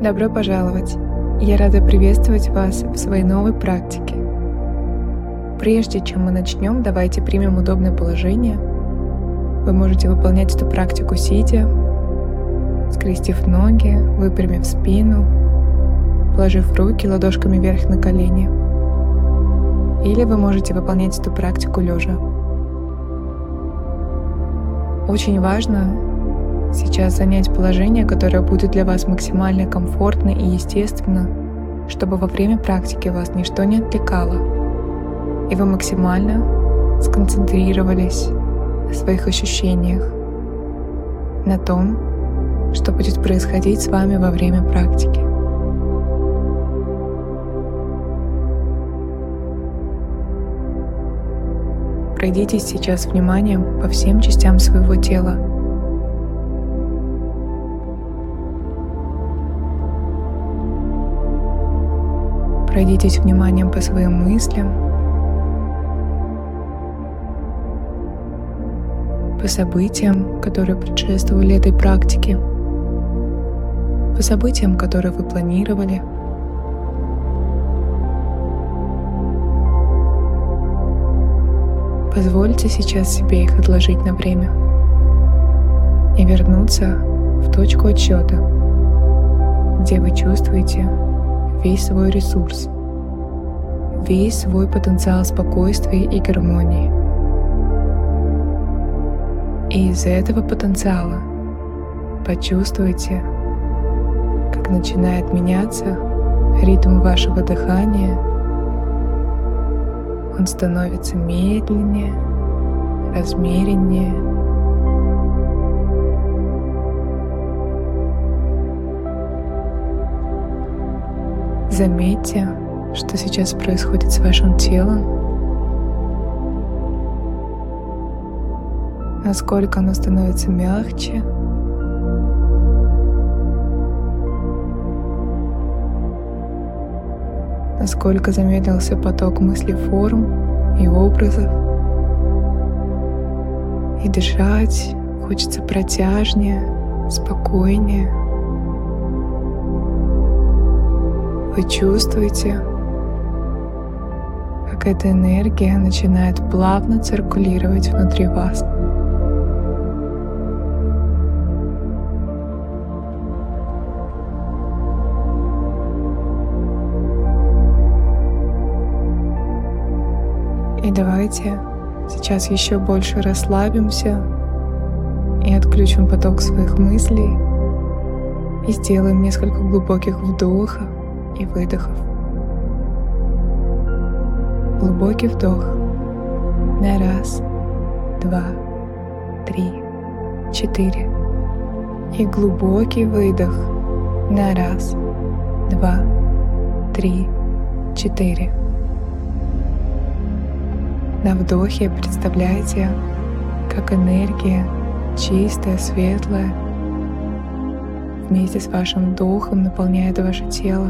Добро пожаловать! Я рада приветствовать вас в своей новой практике. Прежде чем мы начнем, давайте примем удобное положение. Вы можете выполнять эту практику сидя, скрестив ноги, выпрямив спину, положив руки ладошками вверх на колени. Или вы можете выполнять эту практику лежа. Очень важно сейчас занять положение, которое будет для вас максимально комфортно и естественно, чтобы во время практики вас ничто не отвлекало, и вы максимально сконцентрировались на своих ощущениях, на том, что будет происходить с вами во время практики. Пройдитесь сейчас вниманием по всем частям своего тела. Пройдитесь вниманием по своим мыслям, по событиям, которые предшествовали этой практике, по событиям, которые вы планировали. Позвольте сейчас себе их отложить на время и вернуться в точку отсчета, где вы чувствуете весь свой ресурс, весь свой потенциал спокойствия и гармонии. И из этого потенциала почувствуйте, как начинает меняться ритм вашего дыхания. Он становится медленнее, размереннее. Заметьте, что сейчас происходит с вашим телом, насколько оно становится мягче, насколько замедлился поток мыслей, форм и образов. И дышать хочется протяжнее, спокойнее. Вы чувствуете, как эта энергия начинает плавно циркулировать внутри вас. И давайте сейчас еще больше расслабимся и отключим поток своих мыслей и сделаем несколько глубоких вдохов и выдохов. Глубокий вдох на 1, 2, 3, 4. И глубокий выдох на 1, 2, 3, 4. На вдохе представляете, как энергия, чистая, светлая, вместе с вашим вдохом наполняет ваше тело.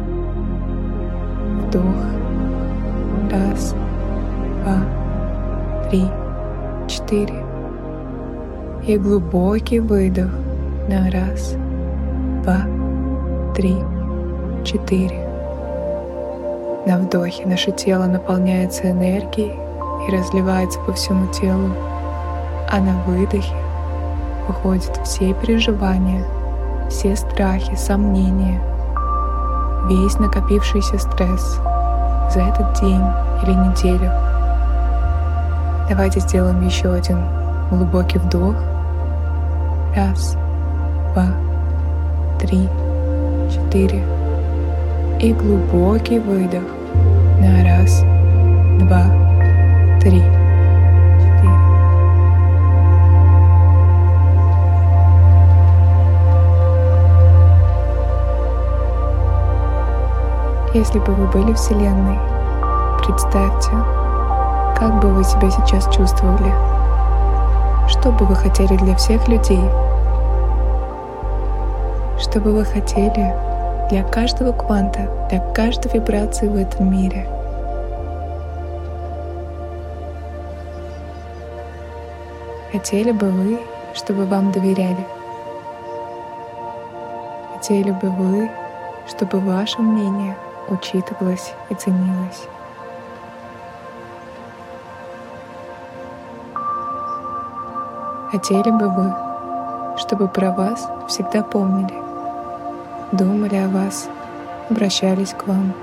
Вдох. 1, 2, 3, 4. И глубокий выдох на 1, 2, 3, 4. На вдохе наше тело наполняется энергией и разливается по всему телу, а на выдохе выходят все переживания, все страхи, сомнения, весь накопившийся стресс за этот день или неделю. Давайте сделаем еще один глубокий вдох. 1, 2, 3, 4. И глубокий выдох на 1, 2, 3, 4. Если бы вы были Вселенной, представьте, как бы вы себя сейчас чувствовали, что бы вы хотели для всех людей, что бы вы хотели для каждого кванта, для каждой вибрации в этом мире. Хотели бы вы, чтобы вам доверяли? Хотели бы вы, чтобы ваше мнение учитывалось и ценилось. Хотели бы вы, чтобы про вас всегда помнили, думали о вас, обращались к вам?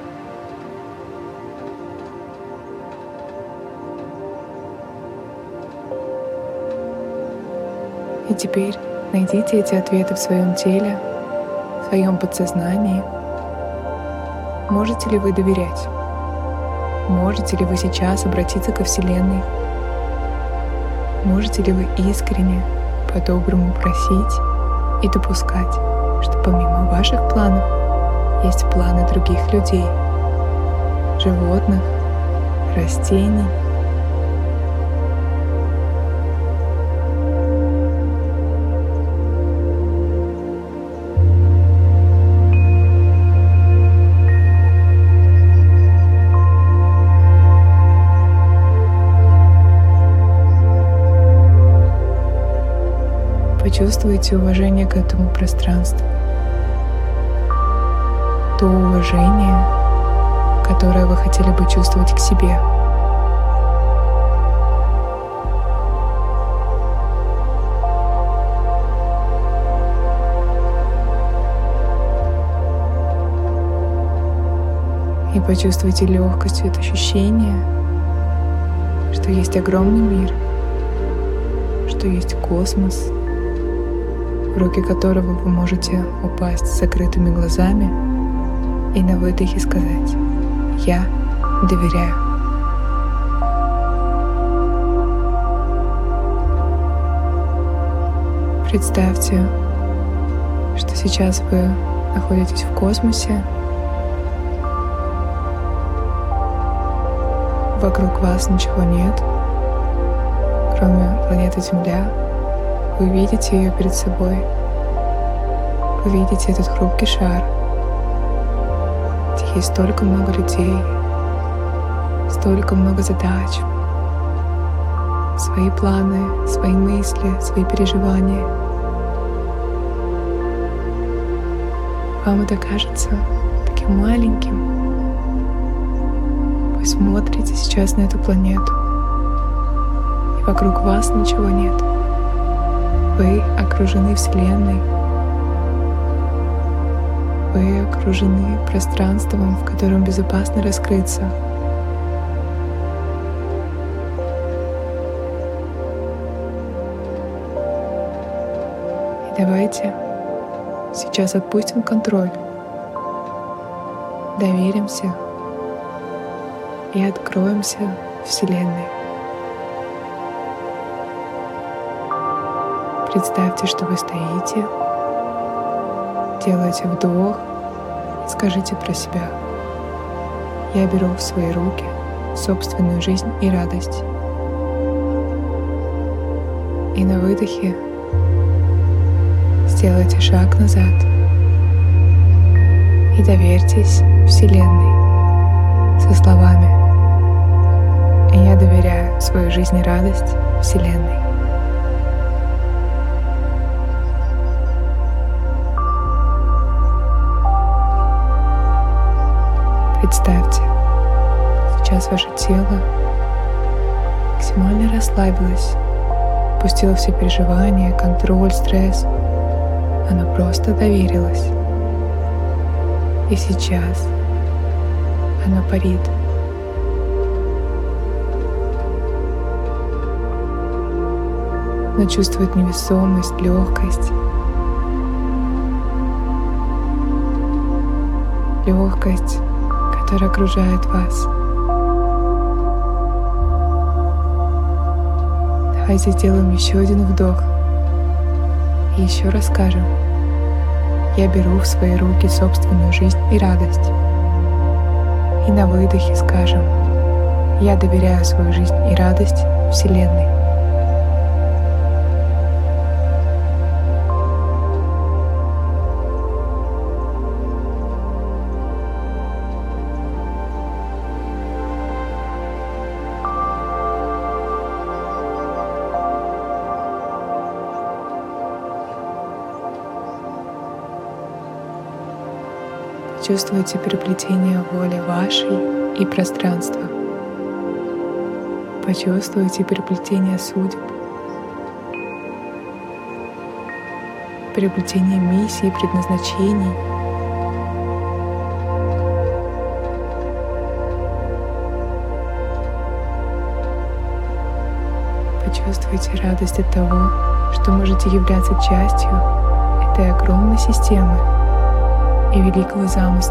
И теперь найдите эти ответы в своем теле, в своем подсознании. Можете ли вы доверять? Можете ли вы сейчас обратиться ко Вселенной? Можете ли вы искренне, по-доброму просить и допускать, что помимо ваших планов есть планы других людей, животных, растений? Почувствуйте уважение к этому пространству. То уважение, которое вы хотели бы чувствовать к себе. И почувствуйте легкость от ощущения, что есть огромный мир, что есть космос, в руки которого вы можете упасть с закрытыми глазами и на выдохе сказать: «Я доверяю». Представьте, что сейчас вы находитесь в космосе, вокруг вас ничего нет, кроме планеты Земля. Вы видите ее перед собой. Вы видите этот хрупкий шар, где есть столько много людей, столько много задач, свои планы, свои мысли, свои переживания. Вам это кажется таким маленьким. Вы смотрите сейчас на эту планету, и вокруг вас ничего нет. Вы окружены Вселенной. Вы окружены пространством, в котором безопасно раскрыться. И давайте сейчас отпустим контроль, доверимся и откроемся Вселенной. Представьте, что вы стоите, делаете вдох и скажите про себя: «Я беру в свои руки собственную жизнь и радость». И на выдохе сделайте шаг назад и доверьтесь Вселенной со словами: «Я доверяю свою жизнь и радость Вселенной». Представьте, сейчас ваше тело максимально расслабилось, отпустило все переживания, контроль, стресс. Оно просто доверилось. И сейчас оно парит. Оно чувствует невесомость, легкость. Легкость, которая окружает вас. Давайте сделаем еще один вдох и еще раз скажем: «Я беру в свои руки собственную жизнь и радость». И на выдохе скажем: «Я доверяю свою жизнь и радость Вселенной». Почувствуйте переплетение воли вашей и пространства. Почувствуйте переплетение судеб, переплетение миссий и предназначений. Почувствуйте радость от того, что можете являться частью этой огромной системы и великого замысла.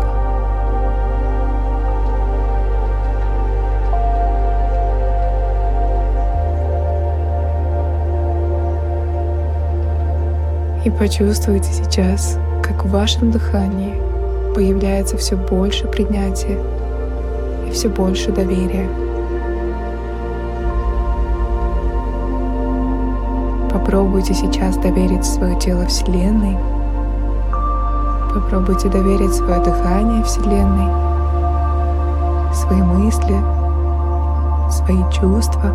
И почувствуйте сейчас, как в вашем дыхании появляется все больше принятия и все больше доверия. Попробуйте сейчас доверить свое тело Вселенной. Попробуйте доверить свое дыхание Вселенной, свои мысли, свои чувства.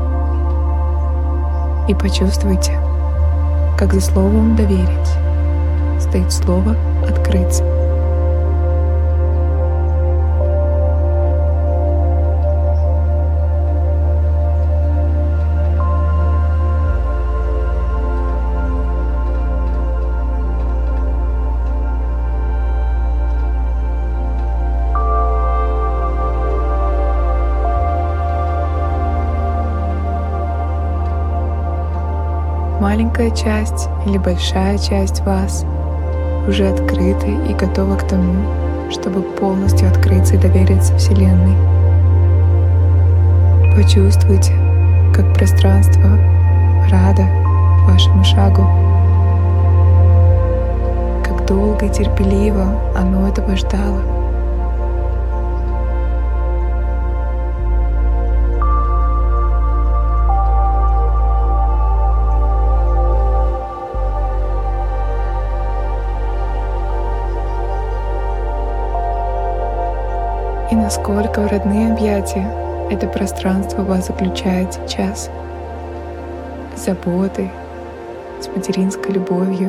И почувствуйте, как за словом «доверить» стоит слово «открыться». Маленькая часть или большая часть вас уже открыты и готова к тому, чтобы полностью открыться и довериться Вселенной. Почувствуйте, как пространство радо вашему шагу, как долго и терпеливо оно этого ждало. И насколько в родные объятия это пространство вас заключает сейчас, с заботой, с материнской любовью.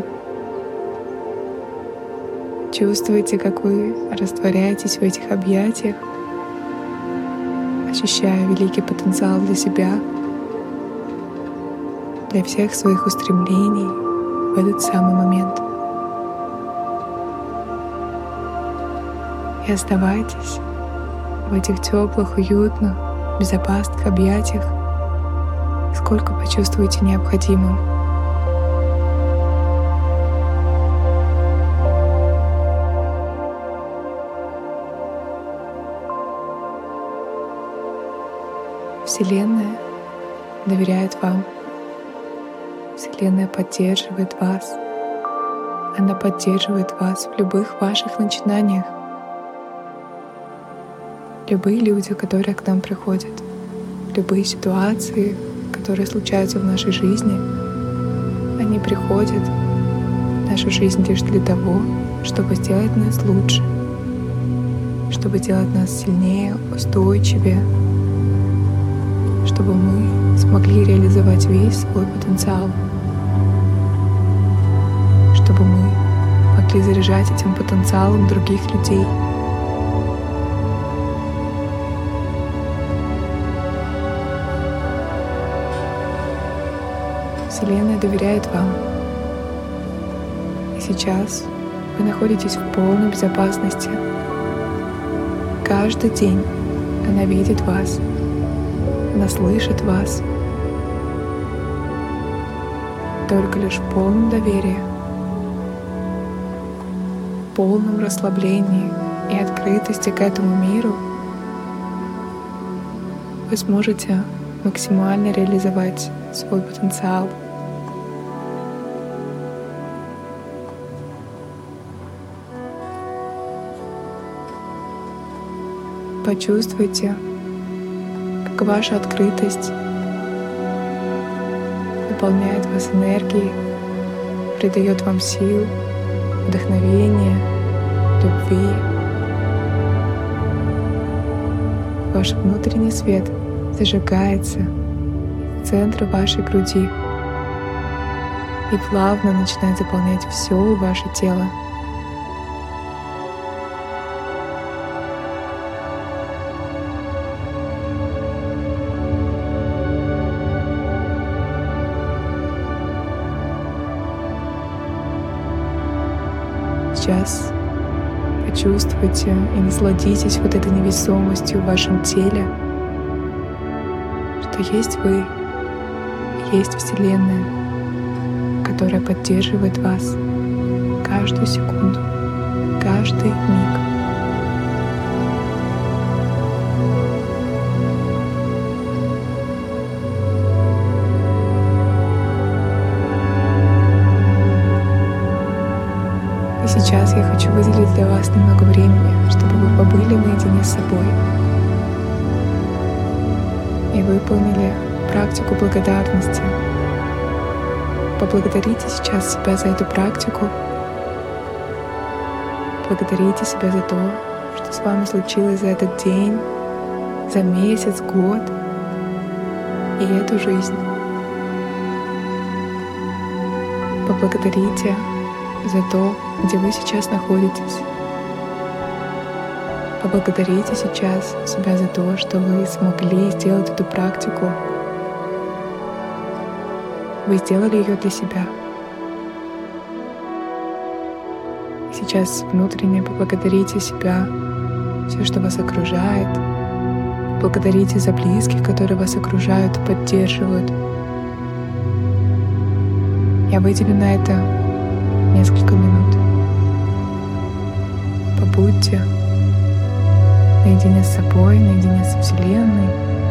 Чувствуете, как вы растворяетесь в этих объятиях, ощущая великий потенциал для себя, для всех своих устремлений в этот самый момент. И оставайтесь в этих теплых, уютных, безопасных объятиях, сколько почувствуете необходимым. Вселенная доверяет вам. Вселенная поддерживает вас. Она поддерживает вас в любых ваших начинаниях. Любые люди, которые к нам приходят, любые ситуации, которые случаются в нашей жизни, они приходят в нашу жизнь лишь для того, чтобы сделать нас лучше, чтобы сделать нас сильнее, устойчивее, чтобы мы смогли реализовать весь свой потенциал, чтобы мы могли заряжать этим потенциалом других людей. Вселенная доверяет вам. И сейчас вы находитесь в полной безопасности. Каждый день она видит вас, она слышит вас. Только лишь в полном доверии, в полном расслаблении и открытости к этому миру вы сможете максимально реализовать свой потенциал. Почувствуйте, как ваша открытость наполняет вас энергией, придает вам сил, вдохновения, любви. Ваш внутренний свет зажигается в центре вашей груди и плавно начинает заполнять все ваше тело. сейчас почувствуйте и насладитесь вот этой невесомостью в вашем теле, что есть вы, есть Вселенная, которая поддерживает вас каждую секунду, каждый миг. И сейчас я хочу выделить для вас немного времени, чтобы вы побыли наедине с собой и выполнили практику благодарности. Поблагодарите сейчас себя за эту практику. Благодарите себя за то, что с вами случилось за этот день, за месяц, год и эту жизнь. Поблагодарите за то, где вы сейчас находитесь. Поблагодарите сейчас себя за то, что вы смогли сделать эту практику. Вы сделали ее для себя. И сейчас внутренне поблагодарите себя, все, что вас окружает. Благодарите за близких, которые вас окружают и поддерживают. Я выделю на это несколько минут. Побудьте наедине с собой, наедине с Вселенной.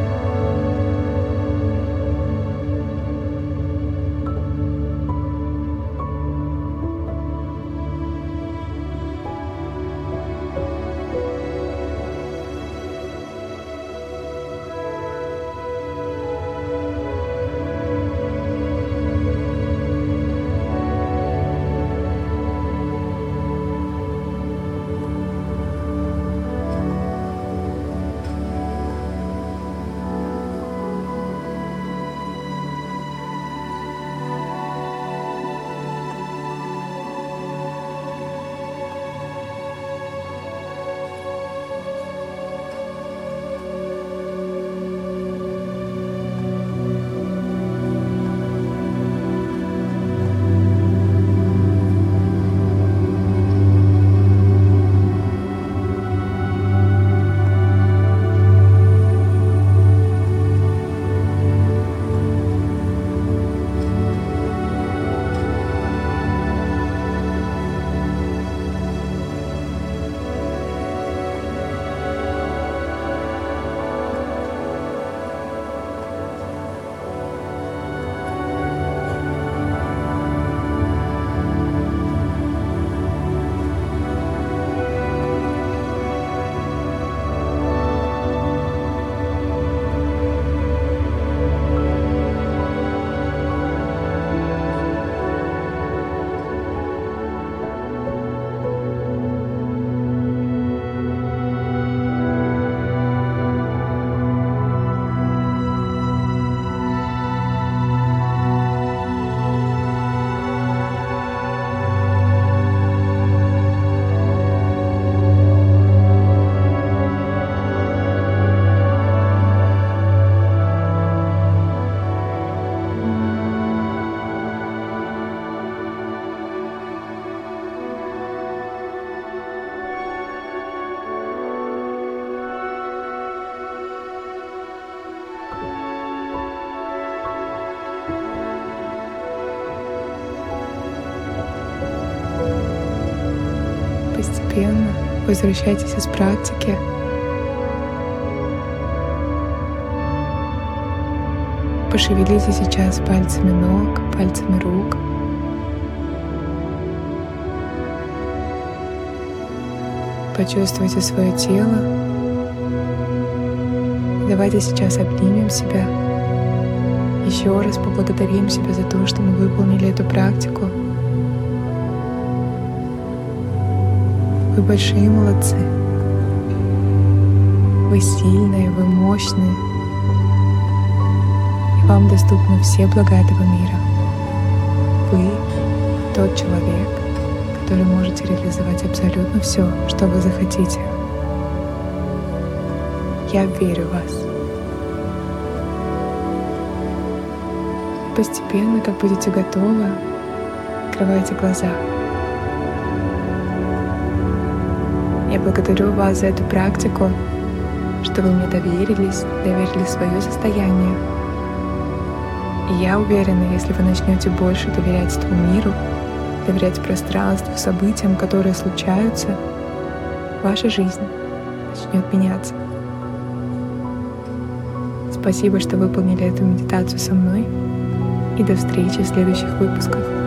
Постепенно возвращайтесь из практики. Пошевелите сейчас пальцами ног, пальцами рук. Почувствуйте свое тело. Давайте сейчас обнимем себя. Еще раз поблагодарим себя за то, что мы выполнили эту практику. Вы большие молодцы. Вы сильные, вы мощные. И вам доступны все блага этого мира. Вы тот человек, который можете реализовать абсолютно все, что вы захотите. Я верю в вас. Постепенно, как будете готовы, открывайте глаза. Я благодарю вас за эту практику, что вы мне доверили свое состояние. И я уверена, если вы начнете больше доверять этому миру, доверять пространству, событиям, которые случаются, ваша жизнь начнет меняться. Спасибо, что выполнили эту медитацию со мной, и до встречи в следующих выпусках.